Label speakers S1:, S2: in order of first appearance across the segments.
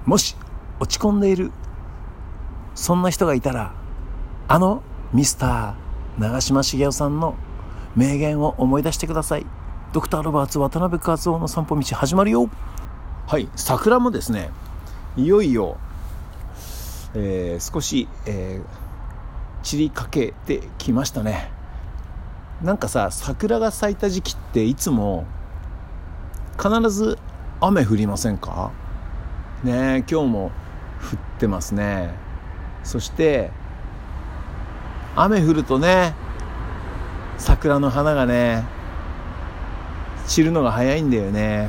S1: もし落ち込んでいるそんな人がいたら、ミスター長嶋茂雄さんの名言を思い出してください。ドクターロバーツ渡辺和夫の散歩道始まるよ。はい、桜もですね、いよいよ、少し、散りかけてきましたね。なんかさ、桜が咲いた時期っていつも必ず雨降りませんかね。今日も降ってますね。そして雨降るとね、桜の花がね散るのが早いんだよね。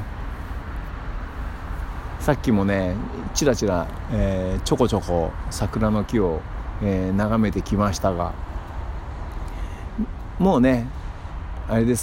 S1: さっきもねちらちら、ちょこちょこ桜の木を、眺めてきましたが、もうねあれです、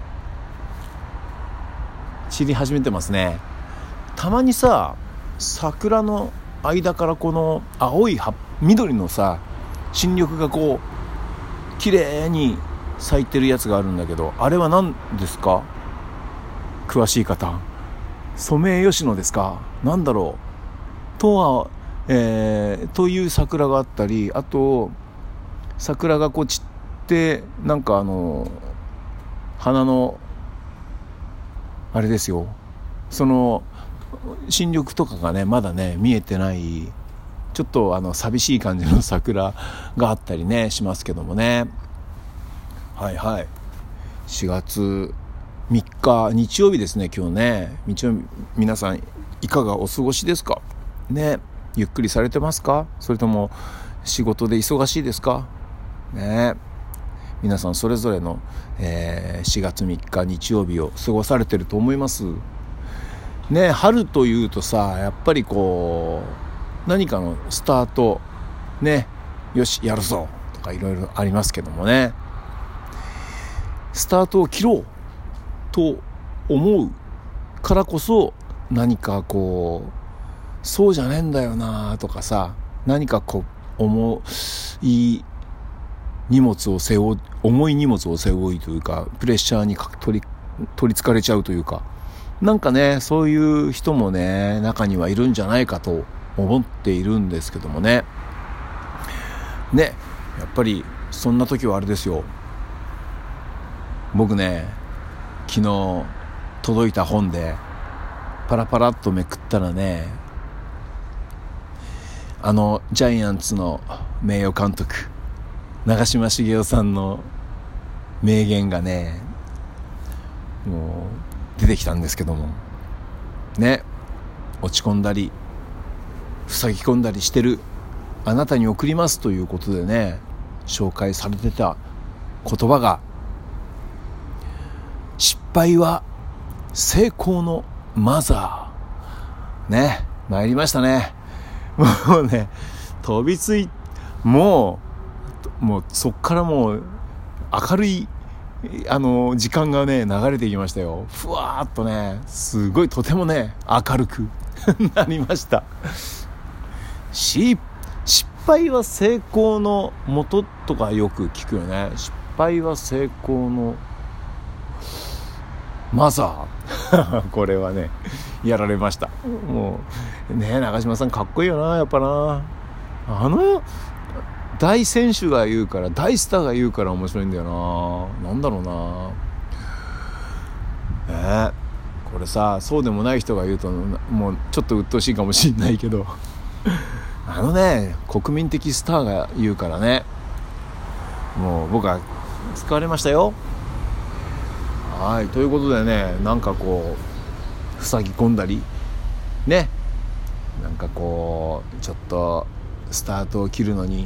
S1: 散り始めてますね。たまにさ、桜の間からこの青い緑のさ新緑がこう綺麗に咲いてるやつがあるんだけど、あれは何ですか？詳しい方、ソメイヨシノですか？なんだろうとは、という桜があったり、あと桜がこう散ってなんか花のあれですよ、その新緑とかがねまだね見えてない、ちょっと寂しい感じの桜があったりねしますけどもね。はいはい、4月3日日曜日ですね。今日ね日曜日、皆さんいかがお過ごしですかね。ゆっくりされてますか？それとも仕事で忙しいですかね。皆さんそれぞれの、4月3日日曜日を過ごされてると思いますね。春というとさ、やっぱりこう何かのスタートね、よしやるぞとかいろいろありますけどもね、スタートを切ろうと思うからこそ、何かこうそうじゃねえんだよなとかさ、何かこう重い荷物を背負いというか、プレッシャーに取りつかれちゃうというか、なんかねそういう人もね中にはいるんじゃないかと思っているんですけどもね。やっぱりそんな時はあれですよ。僕ね、昨日届いた本でパラパラっとめくったらね、ジャイアンツの名誉監督長嶋茂雄さんの名言がねもう出てきたんですけどもね、落ち込んだり塞ぎ込んだりしてるあなたに送りますということでね、紹介されてた言葉が、失敗は成功のマザーね。参りましたね。もうね飛びつい、もうそっからもう明るい時間がね流れていきましたよ。ふわーっとね、すごいとてもね明るくなりました。失敗は成功の元とかよく聞くよね。失敗は成功のマザーこれはねやられました。もうね、長嶋さんかっこいいよな、やっぱな。大選手が言うから、大スターが言うから面白いんだよな。なんだろうな、これさ、そうでもない人が言うともうちょっと鬱陶しいかもしれないけど国民的スターが言うからね、もう僕は使われましたよ。はい、ということでね、なんかこう塞ぎ込んだりね、なんかこうちょっとスタートを切るのに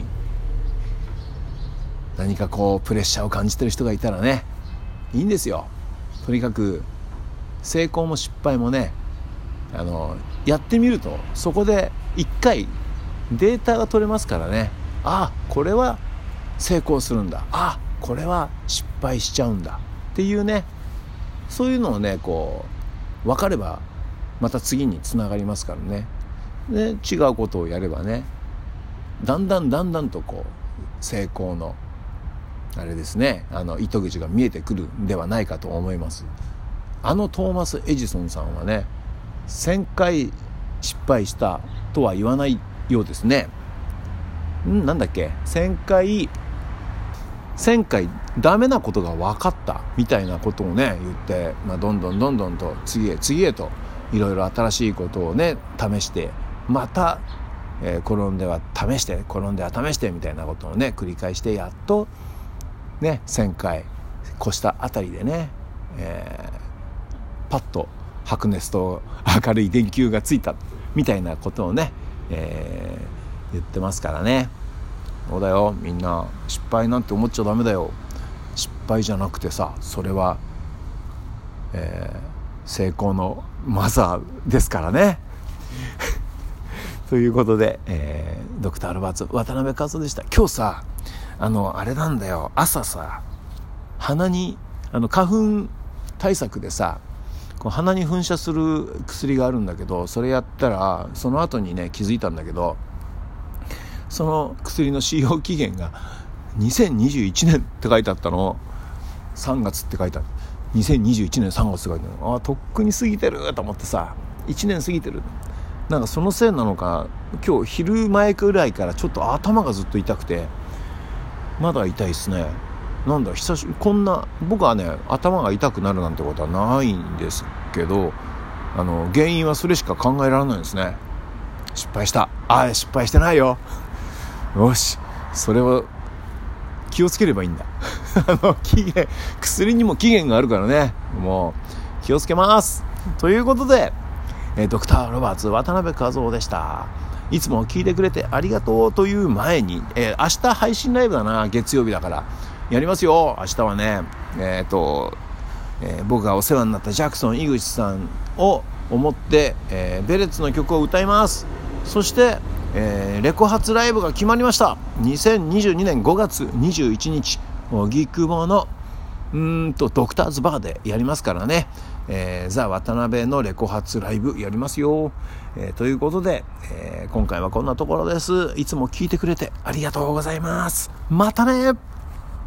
S1: 何かこうプレッシャーを感じてる人がいたらね、いいんですよ。とにかく成功も失敗もね、やってみるとそこで一回データが取れますからね。これは成功するんだ、これは失敗しちゃうんだっていうね、そういうのをねこう分かればまた次につながりますからね。で違うことをやればね、だんだんとこう成功のあれですね、糸口が見えてくるんではないかと思います。トーマス・エジソンさんはね1000回失敗したとは言わないようですね。なんだっけ、1000回ダメなことが分かったみたいなことをね言って、どんどんと次へといろいろ新しいことをね試して、また、転んでは試してみたいなことをね繰り返して、やっとね1000回越したあたりでね、パッと白熱と明るい電球がついたみたいなことをね、言ってますからね。そうだよ、みんな失敗なんて思っちゃダメだよ。失敗じゃなくてさ、それは、成功のマザーですからねということで、ドクターロバーツ渡辺和夫でした。今日さ、あれなんだよ、朝さ鼻に花粉対策でさ、こう鼻に噴射する薬があるんだけど、それやったらその後にね気づいたんだけど、その薬の使用期限が2021年って書いてあったの。3月って書いてある。2021年3月って書いてある。とっくに過ぎてると思ってさ、1年過ぎてる。なんかそのせいなのか、今日昼前くらいからちょっと頭がずっと痛くて、まだ痛いですね。なんだ、こんな、僕はね頭が痛くなるなんてことはないんですけど、原因はそれしか考えられないんですね。失敗した。失敗してないよ。よし、それを気をつければいいんだ薬にも期限があるからね、もう気をつけますということで、ドクターロバーツ渡辺和夫でした。いつも聞いてくれてありがとうという前に、明日配信ライブだな、月曜日だからやりますよ。明日はね、僕がお世話になったジャクソン井口さんを思って、ベレッツの曲を歌います。そして、レコ発ライブが決まりました。2022年5月21日荻窪のドクターズバーでやりますからね、ザ・渡辺のレコ発ライブやりますよ、ということで、今回はこんなところです。いつも聞いてくれてありがとうございます。またね。